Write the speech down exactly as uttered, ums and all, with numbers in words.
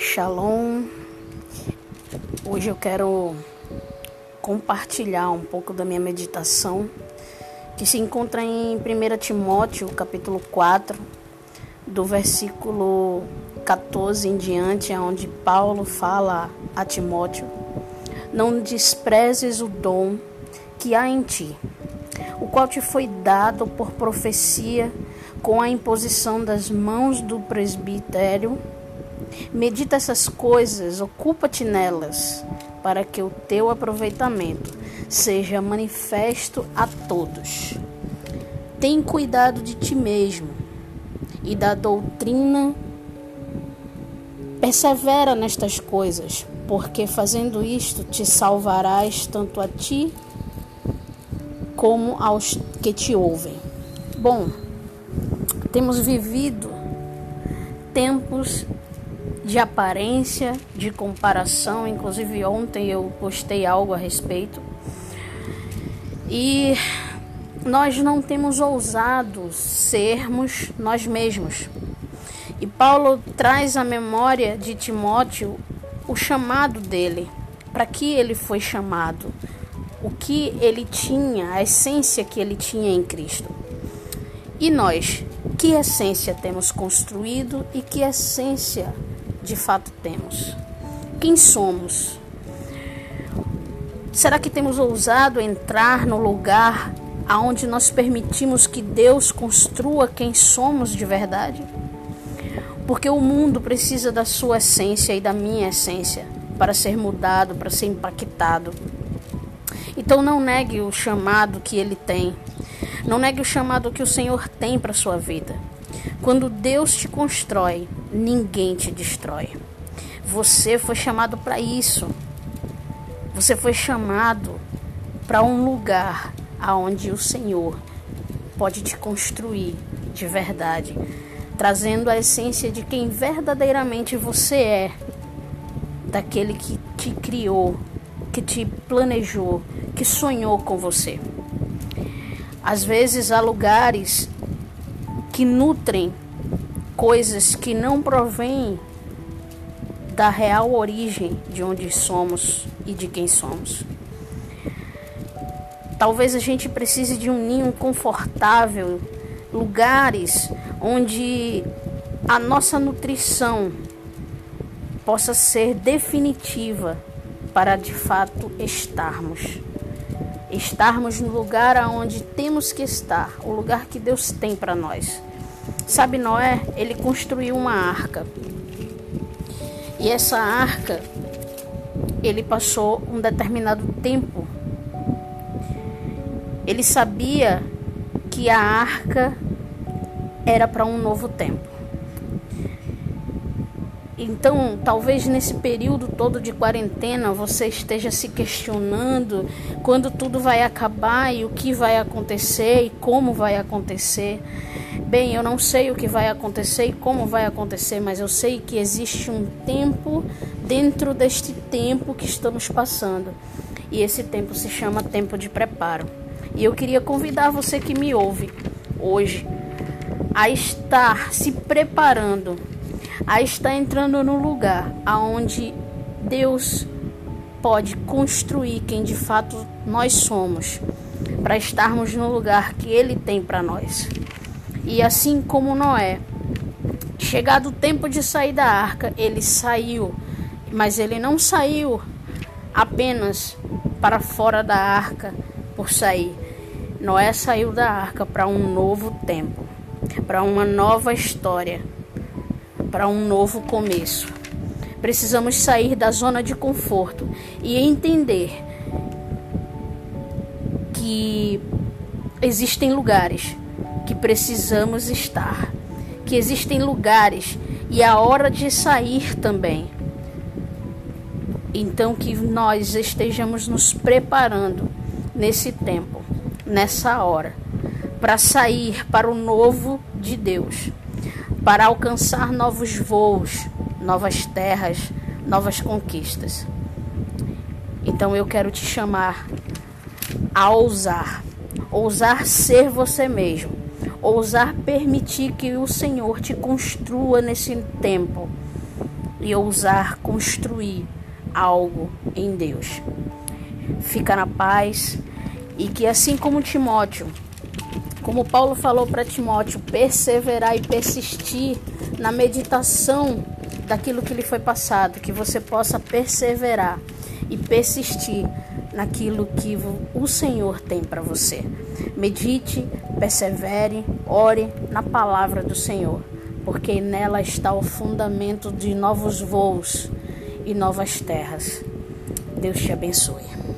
Shalom. Hoje eu quero compartilhar um pouco da minha meditação, que se encontra em primeira Timóteo, capítulo quatro, do versículo catorze em diante, onde Paulo fala a Timóteo: não desprezes o dom que há em ti, o qual te foi dado por profecia com a imposição das mãos do presbitério. Medita essas coisas, ocupa-te nelas, para que o teu aproveitamento seja manifesto a todos. Tem cuidado de ti mesmo e da doutrina. Persevera nestas coisas, porque fazendo isto te salvarás tanto a ti como aos que te ouvem. Bom, temos vivido tempos de aparência, de comparação. Inclusive ontem eu postei algo a respeito. E nós não temos ousado sermos nós mesmos. E Paulo traz à memória de Timóteo o chamado dele, para que ele foi chamado, o que ele tinha, a essência que ele tinha em Cristo. E nós, que essência temos construído e que essência de fato temos? Quem somos? Será que temos ousado entrar no lugar aonde nós permitimos que Deus construa quem somos de verdade? Porque o mundo precisa da sua essência e da minha essência para ser mudado, para ser impactado. Então não negue o chamado que ele tem. Não negue o chamado que o Senhor tem para a sua vida. Quando Deus te constrói, ninguém te destrói. Você foi chamado para isso. Você foi chamado para um lugar aonde o Senhor pode te construir de verdade, trazendo a essência de quem verdadeiramente você é, daquele que te criou, que te planejou, que sonhou com você. Às vezes há lugares que nutrem coisas que não provêm da real origem de onde somos e de quem somos. Talvez a gente precise de um ninho confortável, lugares onde a nossa nutrição possa ser definitiva para de fato estarmos. Estarmos no lugar aonde temos que estar, o lugar que Deus tem para nós. Sabe, Noé, ele construiu uma arca. E essa arca, ele passou um determinado tempo. Ele sabia que a arca era para um novo tempo. Então, talvez nesse período todo de quarentena, você esteja se questionando quando tudo vai acabar e o que vai acontecer e como vai acontecer. Bem, eu não sei o que vai acontecer e como vai acontecer, mas eu sei que existe um tempo dentro deste tempo que estamos passando. E esse tempo se chama tempo de preparo. E eu queria convidar você que me ouve hoje a estar se preparando, a estar entrando no lugar aonde Deus pode construir quem de fato nós somos, para estarmos no lugar que Ele tem para nós. E assim como Noé, chegado o tempo de sair da arca, ele saiu, mas ele não saiu apenas para fora da arca por sair. Noé saiu da arca para um novo tempo, para uma nova história, para um novo começo. Precisamos sair da zona de conforto e entender que existem lugares que precisamos estar, que existem lugares e é a hora de sair também. Então que nós estejamos nos preparando nesse tempo, nessa hora, para sair para o novo de Deus, para alcançar novos voos, novas terras, novas conquistas. Então eu quero te chamar a ousar, ousar ser você mesmo, ousar permitir que o Senhor te construa nesse tempo, e ousar construir algo em Deus. Fica na paz e que, assim como Timóteo, como Paulo falou para Timóteo, perseverar e persistir na meditação daquilo que lhe foi passado, que você possa perseverar e persistir naquilo que o Senhor tem para você. Medite, persevere, ore na palavra do Senhor, porque nela está o fundamento de novos voos e novas terras. Deus te abençoe.